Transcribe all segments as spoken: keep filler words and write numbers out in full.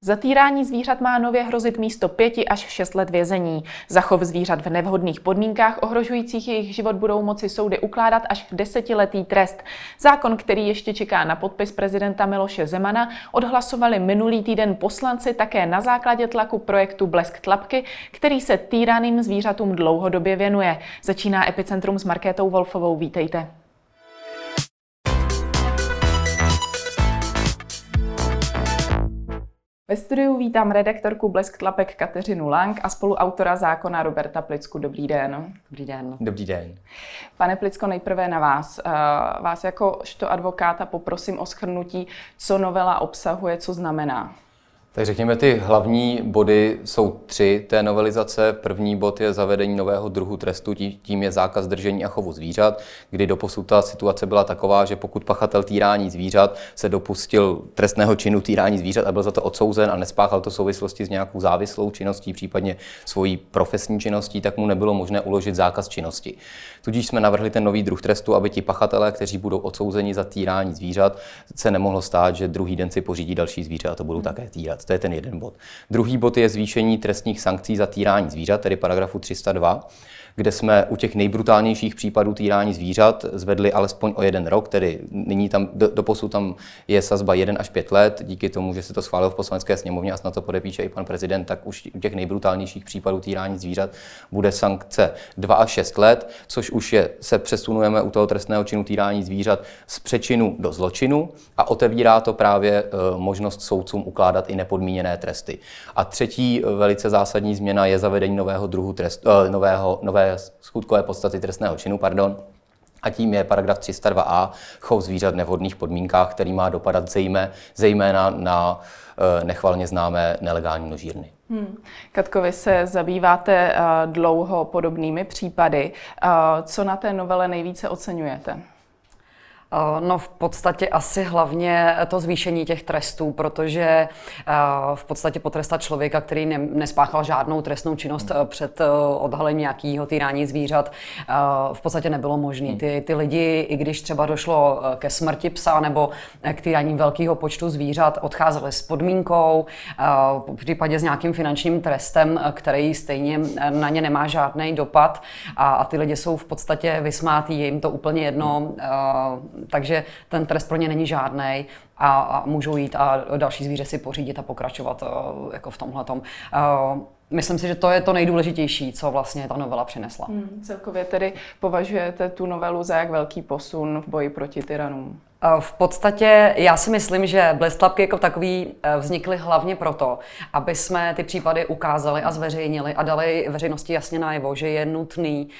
Za týrání zvířat má nově hrozit místo pěti až šest let vězení. Za chov zvířat v nevhodných podmínkách ohrožujících jejich život budou moci soudy ukládat až desetiletý trest. Zákon, který ještě čeká na podpis prezidenta Miloše Zemana, odhlasovali minulý týden poslanci také na základě tlaku projektu Blesk Tlapky, který se týraným zvířatům dlouhodobě věnuje. Začíná Epicentrum s Markétou Wolfovou. Vítejte. Ve studiu vítám redaktorku Blesk Tlapek Kateřinu Lang a spoluautora zákona Roberta Plicku. Dobrý den. Dobrý den. Dobrý den. Pane Plicko, nejprve na vás. Vás jakožto advokáta poprosím o shrnutí, co novela obsahuje, co znamená. Tak řekněme, ty hlavní body jsou tři té novelizace. První bod je zavedení nového druhu trestu, tím je zákaz držení a chovu zvířat, kdy doposud ta situace byla taková, že pokud pachatel týrání zvířat se dopustil trestného činu týrání zvířat a byl za to odsouzen a nespáchal to v souvislosti s nějakou závislou činností, případně svojí profesní činností, tak mu nebylo možné uložit zákaz činnosti. Tudíž jsme navrhli ten nový druh trestu, aby ti pachatelé, kteří budou odsouzeni za týrání zvířat, se nemohlo stát, že druhý den si pořídí další zvíře a to budou také týrat. To je ten jeden bod. Druhý bod je zvýšení trestních sankcí za týrání zvířat, tedy paragrafu tři sta dva, kde jsme u těch nejbrutálnějších případů týrání zvířat zvedli alespoň o jeden rok, tedy nyní tam, do, doposud tam je sazba jeden až pět let, díky tomu, že se to schválilo v Poslanecké sněmovně a snad to podepíše i pan prezident, tak už u těch nejbrutálnějších případů týrání zvířat bude sankce dva až šest let, což už je, se přesunujeme u toho trestného činu týrání zvířat z přečinu do zločinu a otevírá to právě e, možnost soudcům ukládat i nepodmíněné tresty. A třetí e, velice zásadní změna je zavedení nového druhu trestu, e, nového, nové skutkové podstaty trestného činu, pardon, a tím je paragraf tři sta dva a, chov zvířat v nevhodných podmínkách, který má dopadat zejmé, zejména na e, nechvalně známé nelegální množírny. Hmm. Katko, vy se zabýváte uh, dlouho podobnými případy. Uh, co na té novele nejvíce oceňujete? No v podstatě asi hlavně to zvýšení těch trestů, protože v podstatě potrestat člověka, který ne, nespáchal žádnou trestnou činnost před odhalením nějakého týrání zvířat, v podstatě nebylo možné. Ty, ty lidi, i když třeba došlo ke smrti psa nebo k týrání velkého počtu zvířat, odcházeli s podmínkou, v případě s nějakým finančním trestem, který stejně na ně nemá žádný dopad a, a ty lidi jsou v podstatě vysmátí, je jim to úplně jedno. Takže ten trest pro ně není žádnej a, a můžou jít a další zvíře si pořídit a pokračovat uh, jako v tomhletom. Uh, myslím si, že to je to nejdůležitější, co vlastně ta novela přinesla. Hmm, celkově tedy považujete tu novelu za jak velký posun v boji proti tyranům? V podstatě já si myslím, že Blesk Tlapky jako takový vznikly hlavně proto, aby jsme ty případy ukázali a zveřejnili a dali veřejnosti jasně najevo, že je nutný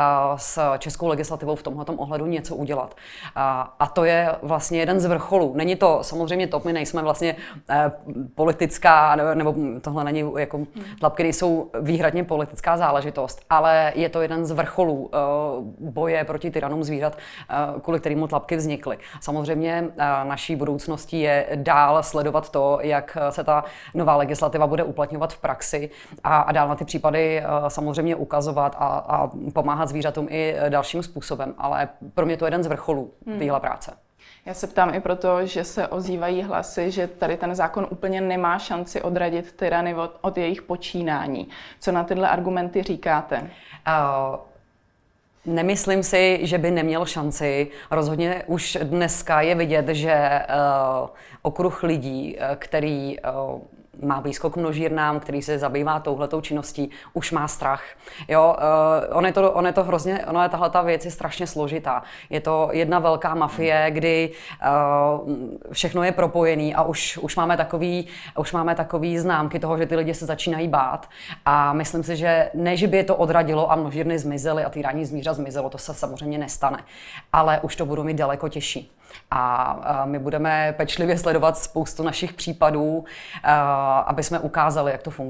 s českou legislativou v tomhletom ohledu něco udělat. A to je vlastně jeden z vrcholů. Není to samozřejmě top, my nejsme vlastně politická, nebo tohle není jako tlapky nejsou výhradně politická záležitost, ale je to jeden z vrcholů boje proti tyranům zvířat, kvůli kterému tlapky vznikly. Samozřejmě naší budoucností je dál sledovat to, jak se ta nová legislativa bude uplatňovat v praxi a, a dál na ty případy samozřejmě ukazovat a, a pomáhat zvířatům i dalším způsobem. Ale pro mě to je jeden z vrcholů hmm. téhle práce. Já se ptám i proto, že se ozývají hlasy, že tady ten zákon úplně nemá šanci odradit tyrany od, od jejich počínání. Co na tyhle argumenty říkáte? Uh, Nemyslím si, že by neměl šanci. Rozhodně už dneska je vidět, že uh, okruh lidí, který uh, má blízko k množírnám, který se zabývá touhletou činností, už má strach. Jo, uh, on je to, on je to hrozně, ono je tahleta věc je strašně složitá. Je to jedna velká mafie, kdy uh, všechno je propojený a už, už, máme takový, už máme takový známky toho, že ty lidi se začínají bát. A myslím si, že ne, že by je to odradilo a množírny zmizely a týrání zvířat zmizelo, to se samozřejmě nestane. Ale už to budou mít daleko těžší. A my budeme pečlivě sledovat spoustu našich případů, aby jsme ukázali, jak to funguje.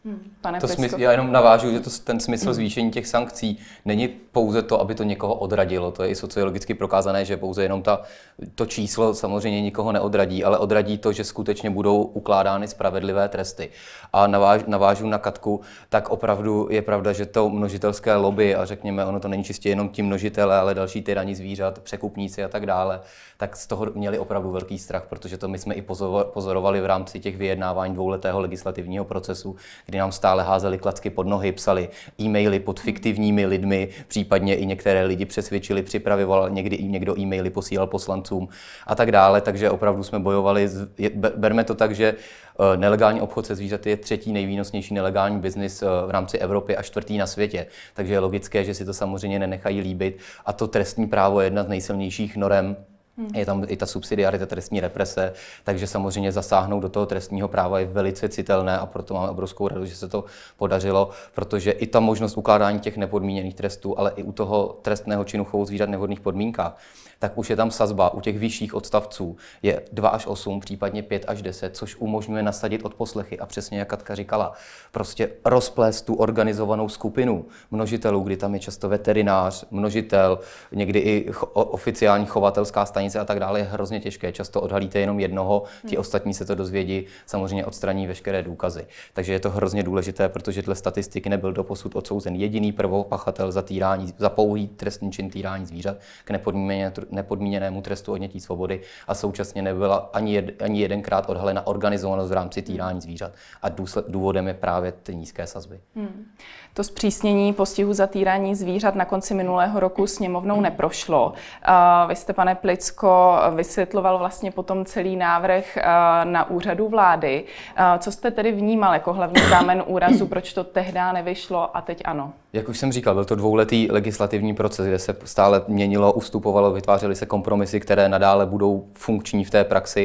Hmm. Pane to Plisko. smysl, já jenom navážu, že to, ten smysl zvýšení těch sankcí není pouze to, aby to někoho odradilo. To je i sociologicky prokázané, že pouze jenom ta, to číslo samozřejmě nikoho neodradí, ale odradí to, že skutečně budou ukládány spravedlivé tresty. A naváž, navážu na Katku, tak opravdu je pravda, že to množitelské lobby, a řekněme, ono to není čistě jenom ti množitele, ale další tyrani zvířat, překupníci a tak dále, tak z toho měli opravdu velký strach, protože to my jsme i pozorovali v rámci těch vyjednávání dvouletého legislativního procesu, kdy nám stále házeli klacky pod nohy, psali e-maily pod fiktivními lidmi, případně i některé lidi přesvědčili, připravoval, někdy i někdo e-maily posílal poslancům a tak dále, takže opravdu jsme bojovali. Berme to tak, že nelegální obchod se zvířaty je třetí nejvýnosnější nelegální biznis v rámci Evropy a čtvrtý na světě, takže je logické, že si to samozřejmě nenechají líbit a to trestní právo je jedna z nejsilnějších norem. Je tam i ta subsidiarita, trestní represe, takže samozřejmě zasáhnout do toho trestního práva je velice citelné a proto máme obrovskou radost, že se to podařilo, protože i ta možnost ukládání těch nepodmíněných trestů, ale i u toho trestného činu chovu zvířat v nevhodných podmínkách, tak už je tam sazba u těch vyšších odstavců je dva až osm, případně pět až deset, což umožňuje nasadit odposlechy a přesně jak Katka říkala, prostě rozplést tu organizovanou skupinu množitelů, kdy tam je často veterinář, množitel, někdy i cho- oficiální chovatelská stanice a tak dále, je hrozně těžké. Často odhalíte jenom jednoho, ti ostatní se to dozvědí, samozřejmě odstraní veškeré důkazy. Takže je to hrozně důležité, protože dle statistiky nebyl doposud odsouzen jediný prvopachatel za týrání, za pouhý trestný čin týrání zvířat k nepodmíněné nepodmíněnému trestu odnětí svobody a současně nebyla ani, jed, ani jedenkrát odhalena organizovanost v rámci týrání zvířat. A důsled, důvodem je právě ty nízké sazby. Hmm. To zpřísnění postihu za týrání zvířat na konci minulého roku sněmovnou neprošlo. Vy jste, pane Plicko, vysvětloval vlastně potom celý návrh na úřadu vlády. Co jste tedy vnímal jako hlavní kámen úrazu, proč to tehdy nevyšlo a teď ano? Jak už jsem říkal, byl to dvouletý legislativní proces, kde se stále měnilo, ustupovalo, vytvářely se kompromisy, které nadále budou funkční v té praxi.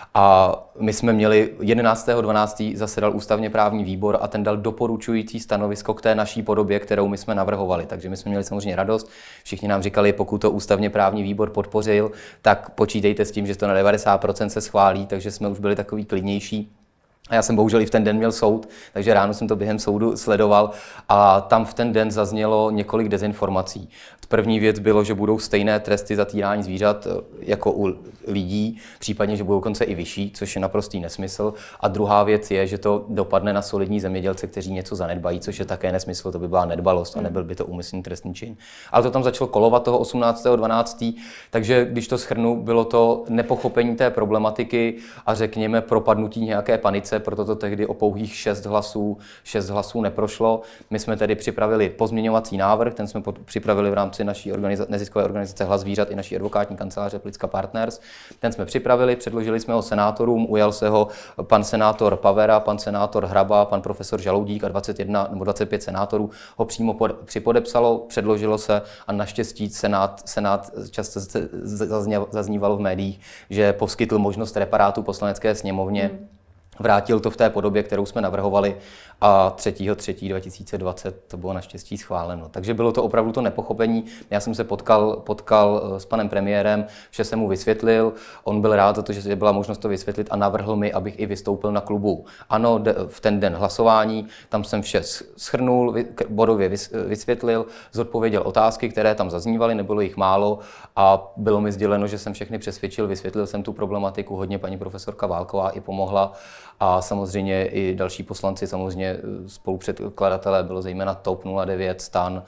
A my jsme měli jedenáctého dvanáctého zasedal ústavně právní výbor a ten dal doporučující stanovisko k té naší podobě, kterou my jsme navrhovali. Takže my jsme měli samozřejmě radost. Všichni nám říkali, pokud to ústavně právní výbor podpořil, tak počítejte s tím, že to na devadesát procent se schválí, takže jsme už byli takový klidnější. A já jsem bohužel i v ten den měl soud, takže ráno jsem to během soudu sledoval a tam v ten den zaznělo několik dezinformací. První věc bylo, že budou stejné tresty za týrání zvířat jako u lidí, případně, že budou dokonce i vyšší, což je naprostý nesmysl. A druhá věc je, že to dopadne na solidní zemědělce, kteří něco zanedbají, což je také nesmysl, to by byla nedbalost a nebyl by to úmyslný trestný čin. Ale to tam začalo kolovat toho osmnáctého dvanáctého takže když to shrnu, bylo to nepochopení té problematiky a řekněme propadnutí nějaké panice, proto to tehdy o pouhých šest hlasů, šest hlasů neprošlo. My jsme tedy připravili pozměňovací návrh, ten jsme pod, připravili v rámci naší organiza- neziskové organizace Hlas zvířat i naší advokátní kanceláře Plicka Partners. Ten jsme připravili, předložili jsme ho senátorům, ujal se ho pan senátor Pavera, pan senátor Hraba, pan profesor Žaloudík a dvacet jedna nebo dvacet pět senátorů ho přímo pod, připodepsalo, předložilo se a naštěstí senát, senát často zaznívalo v médiích, že poskytl možnost reparátu poslanecké sněmovně. Hmm. Vrátil to v té podobě, kterou jsme navrhovali a třetího třetího dva tisíce dvacet to bylo naštěstí schváleno. Takže bylo to opravdu to nepochopení. Já jsem se potkal, potkal s panem premiérem, vše jsem mu vysvětlil, on byl rád za to, že byla možnost to vysvětlit a navrhl mi, abych i vystoupil na klubu. Ano, v ten den hlasování, tam jsem vše shrnul, bodově vysvětlil, zodpověděl otázky, které tam zaznívaly, nebylo jich málo a bylo mi sděleno, že jsem všechny přesvědčil, vysvětlil jsem tu problematiku, hodně paní profesorka Válková i pomohla. A samozřejmě i další poslanci, samozřejmě spolupředkladatelé, bylo zejména TOP nula devět, STAN,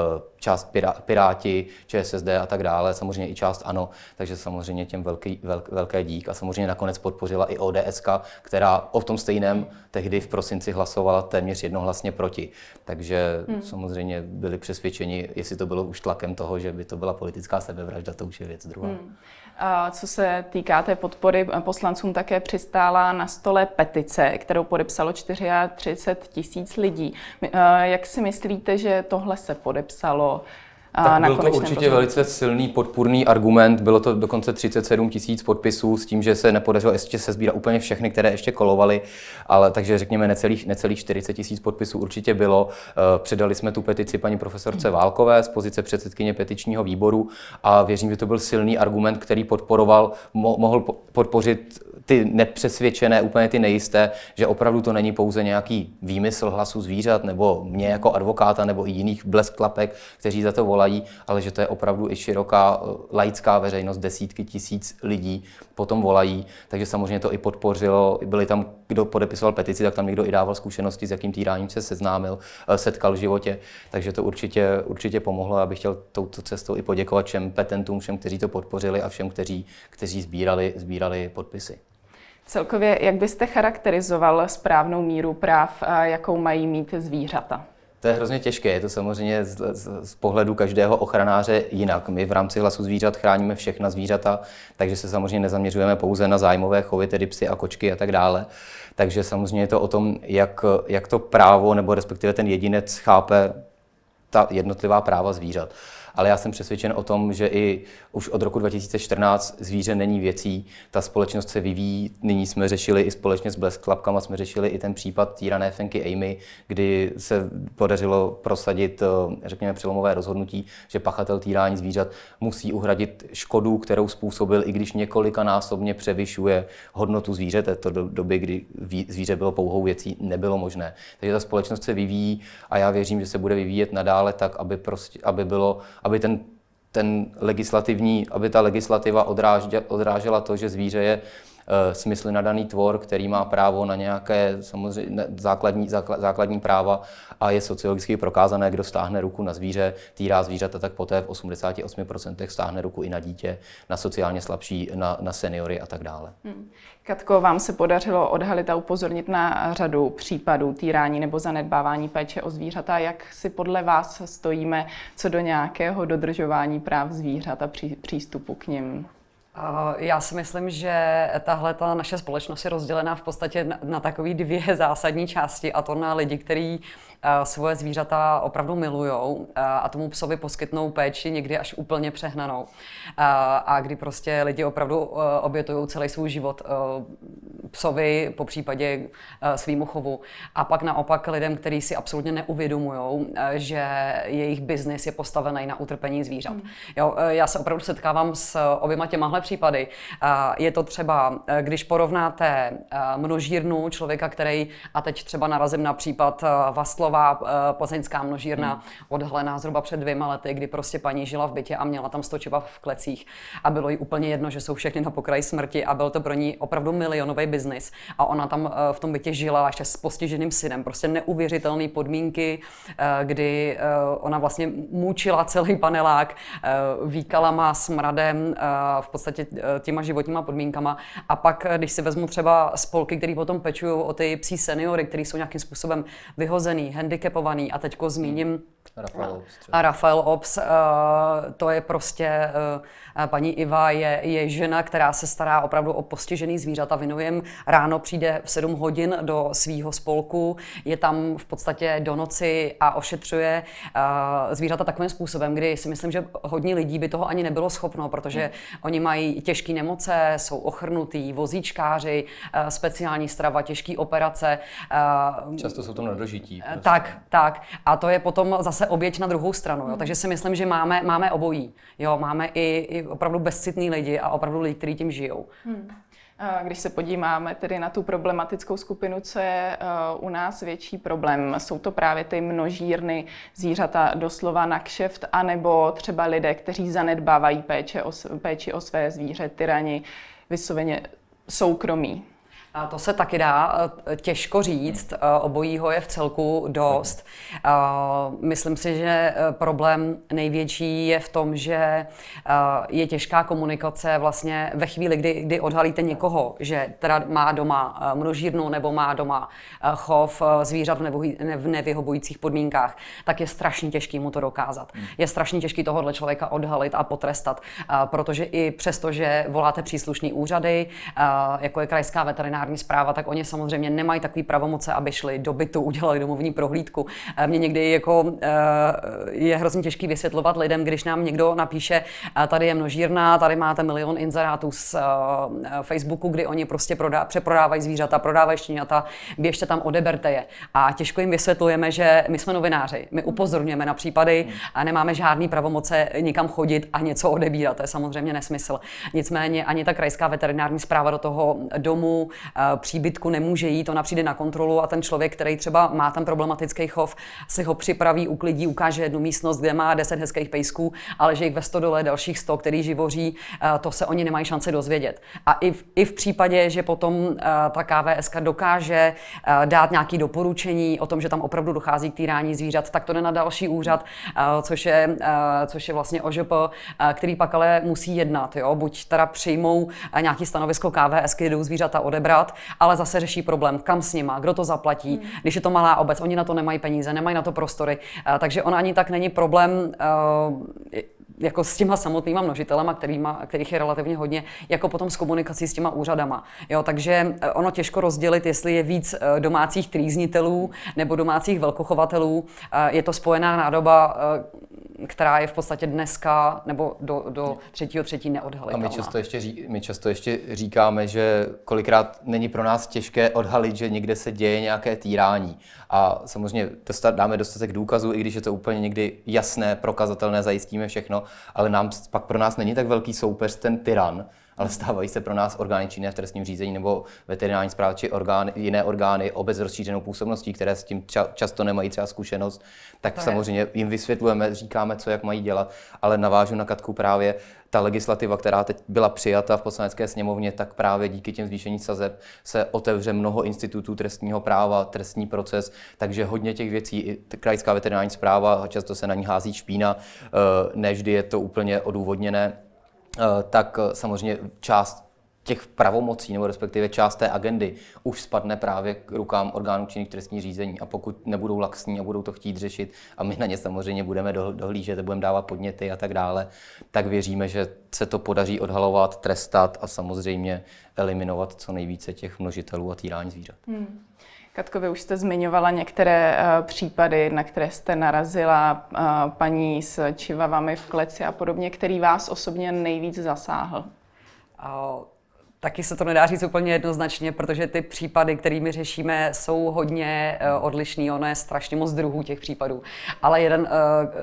část Piráti, ČSSD a tak dále, samozřejmě i část ANO, takže samozřejmě těm velký, velk, velké dík a samozřejmě nakonec podpořila i ODSka, která o tom stejném tehdy v prosinci hlasovala téměř jednohlasně proti. Takže hmm. samozřejmě byli přesvědčeni, jestli to bylo už tlakem toho, že by to byla politická sebevražda, to už je věc druhá. Hmm. A co se týká té podpory, poslancům také přistála na stole petice, kterou podepsalo třicet čtyři tisíc lidí. Jak si myslíte, že tohle se podepsalo? Tak byl to určitě pořadu. Velice silný podpůrný argument, bylo to dokonce třicet sedm tisíc podpisů s tím, že se nepodařilo ještě se sbírat úplně všechny, které ještě kolovaly, ale takže řekněme necelých, necelých čtyřicet tisíc podpisů určitě bylo. Předali jsme tu petici paní profesorce Válkové z pozice předsedkyně petičního výboru a věřím, že to byl silný argument, který podporoval, mo- mohl podpořit ty nepřesvědčené, úplně ty nejisté, že opravdu to není pouze nějaký výmysl Hlasu zvířat nebo mě jako advokáta nebo i jiných blesklapek, kteří za to volají, ale že to je opravdu i široká laická veřejnost, desítky tisíc lidí potom volají, takže samozřejmě to i podpořilo, byli tam, kdo podepisoval petici, tak tam někdo i dával zkušenosti, s jakým týráním se seznámil, setkal v životě, takže to určitě, určitě pomohlo. Já bych chtěl touto cestou i poděkovat všem petentům, všem, kteří to podpořili a všem, kteří, kteří sbírali, sbírali podpisy. Celkově, jak byste charakterizoval správnou míru práv, jakou mají mít zvířata? To je hrozně těžké, je to samozřejmě z, z, z pohledu každého ochranáře jinak. My v rámci Hlasu zvířat chráníme všechna zvířata, takže se samozřejmě nezaměřujeme pouze na zájmové chovy, tedy psy a kočky a tak dále. Takže samozřejmě je to o tom, jak, jak to právo nebo respektive ten jedinec chápe ta jednotlivá práva zvířat. Ale já jsem přesvědčen o tom, že i už od roku dva tisíce čtrnáct zvíře není věcí, ta společnost se vyvíjí. Nyní jsme řešili i společně s Blesklapkama, jsme řešili i ten případ týrané Fenky Amy, kdy se podařilo prosadit, řekněme, přelomové rozhodnutí, že pachatel týrání zvířat musí uhradit škodu, kterou způsobil, i když několikanásobně převyšuje hodnotu zvířete. To do doby, kdy zvíře bylo pouhou věcí, nebylo možné. Takže ta společnost se vyvíjí a já věřím, že se bude vyvíjet nadále tak, aby, prostě, aby bylo aby ten, ten legislativní, aby ta legislativa odrážela, odrážela to, že zvíře je e, smysly nadaný tvor, který má právo na nějaké samozřejmě základní, základ, základní práva a je sociologicky prokázané, kdo stáhne ruku na zvíře, týrá zvířata, tak poté v osmdesáti osmi procentech stáhne ruku i na dítě, na sociálně slabší, na, na seniory a tak dále. Hmm. Katko, vám se podařilo odhalit a upozornit na řadu případů týrání nebo zanedbávání péče o zvířata. Jak si podle vás stojíme co do nějakého dodržování práv zvířat a pří, přístupu k nim? Já si myslím, že tahle ta naše společnost je rozdělená v podstatě na, na takové dvě zásadní části, a to na lidi, kteří svoje zvířata opravdu milujou a tomu psovi poskytnou péči někdy až úplně přehnanou. A kdy prostě lidi opravdu obětují celý svůj život psovi, po případě svýmu chovu. A pak naopak lidem, kteří si absolutně neuvědomují, že jejich biznis je postavený na utrpení zvířat. Mm. Jo, já se opravdu setkávám s oběma těmahle případy. Je to třeba, když porovnáte množírnu člověka, který, a teď třeba narazím na případ Vastlova, plzeňská množírna, hmm. odhalená zhruba před dvěma lety, kdy prostě paní žila v bytě a měla tam sto čivav v klecích a bylo jí úplně jedno, že jsou všechny na pokraji smrti a byl to pro ní opravdu milionový biznis a ona tam v tom bytě žila ještě s postiženým synem, prostě neuvěřitelné podmínky, kdy ona vlastně mučila celý panelák výkalama, smradem, v podstatě těma životníma podmínkama a pak, když si vezmu třeba spolky, který potom pečují o ty psí seniory, který jsou nějakým způsobem vyhozený, handicapovaný a teďko zmíním Rafael Ops. A Rafael Ops, uh, to je prostě, uh, paní Iva je, je žena, která se stará opravdu o postižený zvířata. Věnuje jim, ráno přijde v sedm hodin do svýho spolku, je tam v podstatě do noci a ošetřuje uh, zvířata takovým způsobem, kdy si myslím, že hodně lidí by toho ani nebylo schopno, protože hmm. oni mají těžké nemoce, jsou ochrnutí, vozíčkáři, uh, speciální strava, těžké operace. Uh, Často jsou to na dožití. Prostě. Tak, tak. A to je potom zase oběť na druhou stranu. Jo. Takže si myslím, že máme, máme obojí. Jo, máme i, i opravdu bezcitný lidi a opravdu lidi, kteří tím žijou. Hmm. Když se podíváme tedy na tu problematickou skupinu, co je u nás větší problém, jsou to právě ty množírny, zvířata doslova na kšeft, anebo třeba lidé, kteří zanedbávají péče o, péči o své zvíře, tyrani, vysloveně soukromí. A to se taky dá těžko říct, obojího je v celku dost. Myslím si, že problém největší je v tom, že je těžká komunikace vlastně ve chvíli, kdy, kdy odhalíte někoho, že teda má doma množírnu nebo má doma chov zvířat v nevyhovujících podmínkách, tak je strašně těžký mu to dokázat. Je strašně těžký tohohle člověka odhalit a potrestat, protože i přesto, že voláte příslušné úřady, jako je krajská veterinární veterinární správa, tak oni samozřejmě nemají takový pravomoce, aby šli do bytu, udělali domovní prohlídku. Mně někdy jako je hrozně těžký vysvětlovat lidem, když nám někdo napíše, tady je množírna, tady máte milion inzerátů z Facebooku, kdy oni prostě prodá, přeprodávají zvířata, prodávají štěňata, běžte tam, odeberte je. A těžko jim vysvětlujeme, že my jsme novináři, my upozorňujeme na případy a nemáme žádný pravomoce nikam chodit a něco odebírat. To je samozřejmě nesmysl. Nicméně ani ta krajská veterinární správa do toho domu, příbytku nemůže jít, ona přijde na kontrolu a ten člověk, který třeba má ten problematický chov, si ho připraví, uklidí, ukáže jednu místnost, kde má deset hezkých pejsků, ale že jich ve stodole dalších sto, který živoří, to se oni nemají šanci dozvědět. A i v, i v případě, že potom ta K V S K dokáže dát nějaké doporučení o tom, že tam opravdu dochází k týrání zvířat, tak to jde na další úřad, což je, což je vlastně O Ž P, který pak ale musí jednat. Jo? Buď teda přijmou nějaký stanovisko K V S K, jdou zvířata odebrat, ale zase řeší problém, kam s nima, kdo to zaplatí. Hmm. Když je to malá obec, oni na to nemají peníze, nemají na to prostory, takže on ani tak není problém jako s těma samotnýma množitelema, kterýma, kterých je relativně hodně, jako potom s komunikací s těma úřadama. Jo, takže ono těžko rozdělit, jestli je víc domácích trýznitelů nebo domácích velkochovatelů. Je to spojená nádoba, která je v podstatě dneska nebo do, do třetího třetí neodhalitelná. A my často, ještě ří, my často ještě říkáme, že kolikrát není pro nás těžké odhalit, že někde se děje nějaké týrání. A samozřejmě dostat, dáme dostatek důkazů, i když je to úplně někdy jasné, prokazatelné, zajistíme všechno, ale nám, pak pro nás není tak velký soupeř ten tyran, ale stávají se pro nás orgány činné v trestním řízení nebo veterinární správa či orgány, jiné orgány, obec s rozšířenou působností, které s tím ča, často nemají třeba zkušenost, tak to samozřejmě je. Jim vysvětlujeme, říkáme, co jak mají dělat, ale navážu na Katku právě. Ta legislativa, která teď byla přijata v Poslanecké sněmovně, tak právě díky těm zvýšení sazeb se otevře mnoho institutů trestního práva, trestní proces, takže hodně těch věcí, i krajská veterinární správa, často se na ní hází špína, ne vždy je to úplně odůvodněné, tak samozřejmě část těch pravomocí, nebo respektive část té agendy už spadne právě k rukám orgánů činných trestní řízení. A pokud nebudou laxní a budou to chtít řešit, a my na ně samozřejmě budeme dohlížet, budeme dávat podněty a tak dále, tak věříme, že se to podaří odhalovat, trestat a samozřejmě eliminovat co nejvíce těch množitelů a týrání zvířat. Hmm. Katko, vy už jste zmiňovala některé uh, případy, na které jste narazila, uh, paní s čivavami v kleci a podobně, který vás osobně nejvíc zasáhl? Uh... Taky se to nedá říct úplně jednoznačně, protože ty případy, kterými řešíme, jsou hodně uh, odlišný. Ono je strašně moc druhů těch případů. Ale jeden, uh,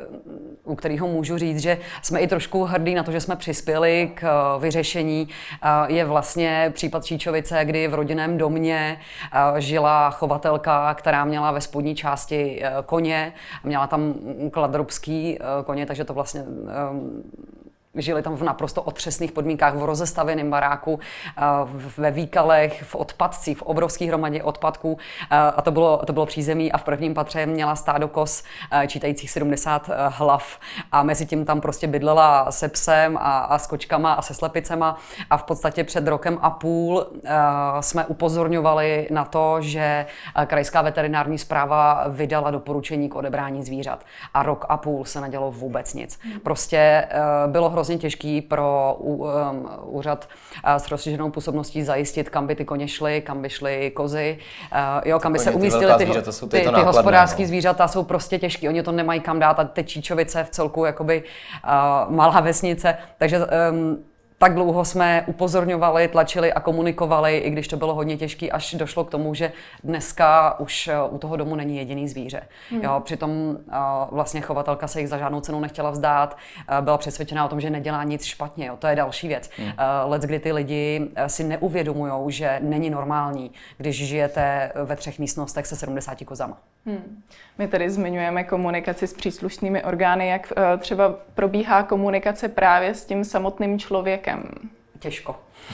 u kterého můžu říct, že jsme i trošku hrdí na to, že jsme přispěli k uh, vyřešení, uh, je vlastně případ Číčovice, kdy v rodinném domě uh, žila chovatelka, která měla ve spodní části uh, koně. Měla tam kladrubský uh, koně, takže to vlastně... Um, Žili tam v naprosto otřesných podmínkách, v rozestavěném baráku, ve výkalech, v odpadcích, v obrovské hromadě odpadků. A to bylo, to bylo přízemí a v prvním patře měla stádo koz čítajících sedmdesát hlav. A mezi tím tam prostě bydlela se psem a, a s kočkama a se slepicema. A v podstatě před rokem a půl jsme upozorňovali na to, že krajská veterinární správa vydala doporučení k odebrání zvířat. A rok a půl se nedělo vůbec nic. Prostě bylo hrozně těžký pro um, úřad uh, s rozšířenou působností zajistit, kam by ty koně šly, kam by šly kozy, uh, jo, kam by se umístily ty, ty, ty, ty hospodářské no. zvířata, jsou prostě těžký, oni to nemají kam dát a ty Číčovice v celku jakoby uh, malá vesnice, takže um, tak dlouho jsme upozorňovali, tlačili a komunikovali, i když to bylo hodně těžké, až došlo k tomu, že dneska už u toho domu není jediný zvíře. Hmm. Jo, přitom uh, vlastně chovatelka se jich za žádnou cenu nechtěla vzdát, uh, byla přesvědčená o tom, že nedělá nic špatně. Jo, to je další věc. Hmm. Uh, Let, kdy ty lidi uh, si neuvědomujou, že není normální, když žijete ve třech místnostech se sedmdesáti kozama. Hmm. My tady zmiňujeme komunikaci s příslušnými orgány, jak uh, třeba probíhá komunikace právě s tím samotným člověkem. Těžko.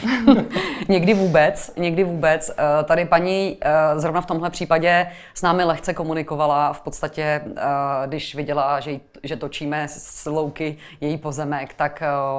někdy vůbec, někdy vůbec. Tady paní zrovna v tomhle případě s námi lehce komunikovala. V podstatě, když viděla, že, že točíme z louky její pozemek, tak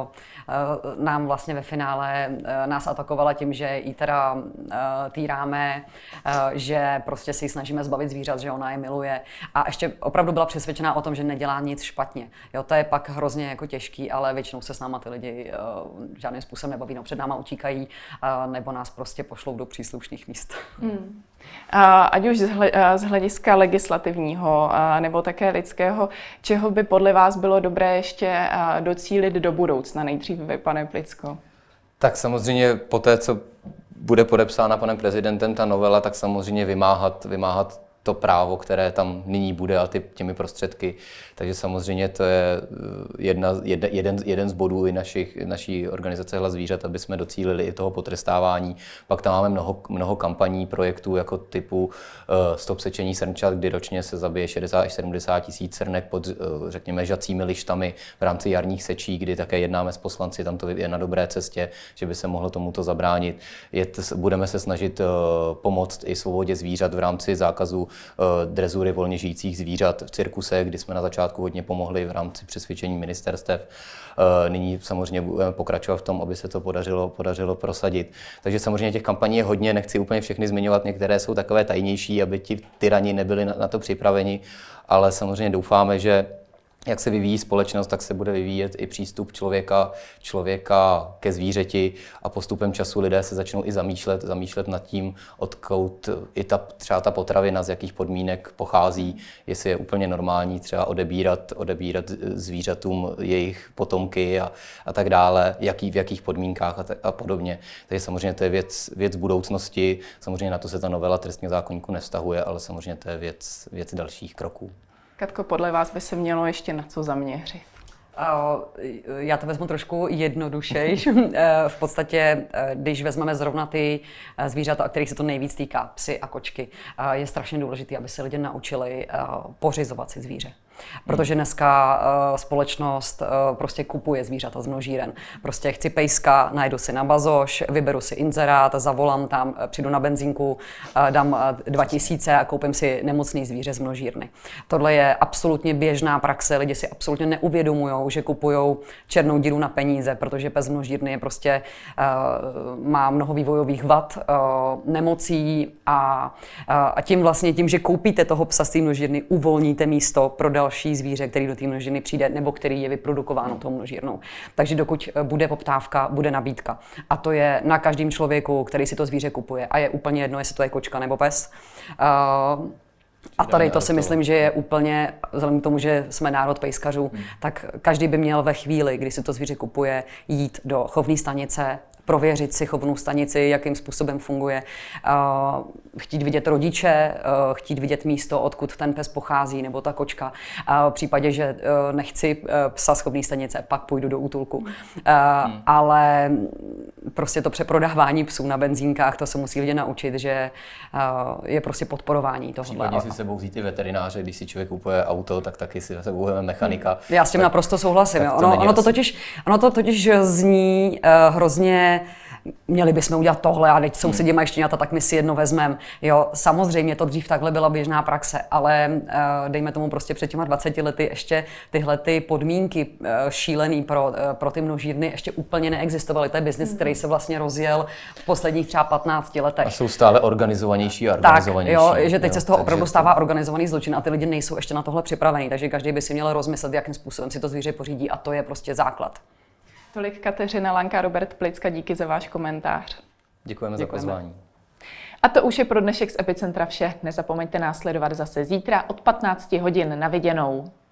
nám vlastně ve finále nás atakovala tím, že ji teda týráme, že prostě si ji snažíme zbavit zvířat, že ona je miluje. A ještě opravdu byla přesvědčená o tom, že nedělá nic špatně. Jo, to je pak hrozně jako těžký, ale většinou se s náma ty lidi žádným způsobem nebaví, no, před náma utíkají nebo nás prostě pošlou do příslušných míst. Hmm. Ať už z hlediska legislativního nebo také lidského, čeho by podle vás bylo dobré ještě docílit do budoucna? Nejdřív vy, pane Plicko. Tak samozřejmě po té, co bude podepsána panem prezidentem ta novela, tak samozřejmě vymáhat, vymáhat to právo, které tam nyní bude a ty, těmi prostředky. Takže samozřejmě to je jedna, jeden, jeden z bodů i našich, naší organizace Hlas zvířat, aby jsme docílili i toho potrestávání. Pak tam máme mnoho, mnoho kampaní, projektů jako typu uh, Stop sečení srnčat, kdy ročně se zabije šedesát až sedmdesát tisíc srnek pod, uh, řekněme, žacími lištami v rámci jarních sečí, kdy také jednáme s poslanci, tam to je na dobré cestě, že by se mohlo tomuto zabránit. Je, budeme se snažit uh, pomoct i svobodě zvířat v rámci zákazu drezury volně žijících zvířat v cirkuse, kdy jsme na začátku hodně pomohli v rámci přesvědčení ministerstev. Nyní samozřejmě budeme pokračovat v tom, aby se to podařilo, podařilo prosadit. Takže samozřejmě těch kampaní je hodně, nechci úplně všechny zmiňovat, některé jsou takové tajnější, aby ti tyrani nebyli na, na to připraveni, ale samozřejmě doufáme, že jak se vyvíjí společnost, tak se bude vyvíjet i přístup člověka, člověka ke zvířeti a postupem času lidé se začnou i zamýšlet, zamýšlet nad tím, odkud i ta, třeba ta potravina, z jakých podmínek pochází, jestli je úplně normální třeba odebírat, odebírat zvířatům jejich potomky a, a tak dále, jaký, v jakých podmínkách a, tak, a podobně. Takže samozřejmě to je věc, věc budoucnosti, samozřejmě na to se ta novela trestního zákoníku nevztahuje, ale samozřejmě to je věc, věc dalších kroků. Katko, podle vás by se mělo ještě na co zaměřit? Já to vezmu trošku jednodušeji. V podstatě, když vezmeme zrovna ty zvířata, o kterých se to nejvíc týká, psy a kočky, je strašně důležité, aby se lidé naučili pořizovat si zvíře. Protože dneska uh, společnost uh, prostě kupuje zvířata z množíren. Prostě chci pejska, najdu si na bazoš, vyberu si inzerát, zavolám tam, přijdu na benzínku, uh, dám uh, dva tisíce a koupím si nemocný zvíře z množírny. Tohle je absolutně běžná praxe, lidi si absolutně neuvědomují, že kupují černou díru na peníze, protože pes z množírny je prostě, uh, má mnoho vývojových vad, uh, nemocí a, uh, a tím vlastně tím, že koupíte toho psa z té množírny, uvolníte místo pro další zvíře, který do té množírny přijde, nebo který je vyprodukováno tou množírnou. Takže dokud bude poptávka, bude nabídka. A to je na každém člověku, který si to zvíře kupuje. A je úplně jedno, jestli to je kočka nebo pes. Uh, A tady to si myslím, že je úplně, vzhledem k tomu, že jsme národ pejskařů, hmm. tak každý by měl ve chvíli, kdy si to zvíře kupuje, jít do chovné stanice, prověřit si chovnou stanici, jakým způsobem funguje, uh, chtít vidět rodiče, uh, chtít vidět místo, odkud ten pes pochází, nebo ta kočka. Uh, v případě, že uh, nechci uh, psa z chovné stanice, pak půjdu do útulku. Uh, hmm. Ale prostě to přeprodávání psů na benzínkách, to se musí lidé naučit, že uh, je prostě podporování tohohle. Případně si sebou vzít i veterináře, když si člověk kupuje auto, tak taky si sebou vezme mechanika. Já s tím tak, naprosto souhlasím. To ono, ono, to totiž, ono to totiž zní uh, hrozně, měli bychom udělat tohle a teď sousedí mají štěňata, tak my si jedno vezmeme. Jo, samozřejmě to dřív takhle byla běžná praxe, ale uh, dejme tomu prostě před těma dvaceti lety ještě tyhle ty podmínky uh, šílený pro, uh, pro ty množírny ještě úplně neexistovaly. To je biznis, mm. který se vlastně rozjel v posledních třeba patnácti letech. A jsou stále organizovanější a organizovanější. Tak, jo, že teď jo, se z toho opravdu stává organizovaný zločin a ty lidi nejsou ještě na tohle připravení, takže každý by si měl rozmyslet, jakým způsobem si to zvíře pořídí a to je prostě základ. Tolik Kateřina Lanka, Robert Plicka, díky za váš komentář. Děkujeme, Děkujeme za pozvání. A to už je pro dnešek z Epicentra vše. Nezapomeňte nás sledovat zase zítra od patnácti hodin. Na viděnou.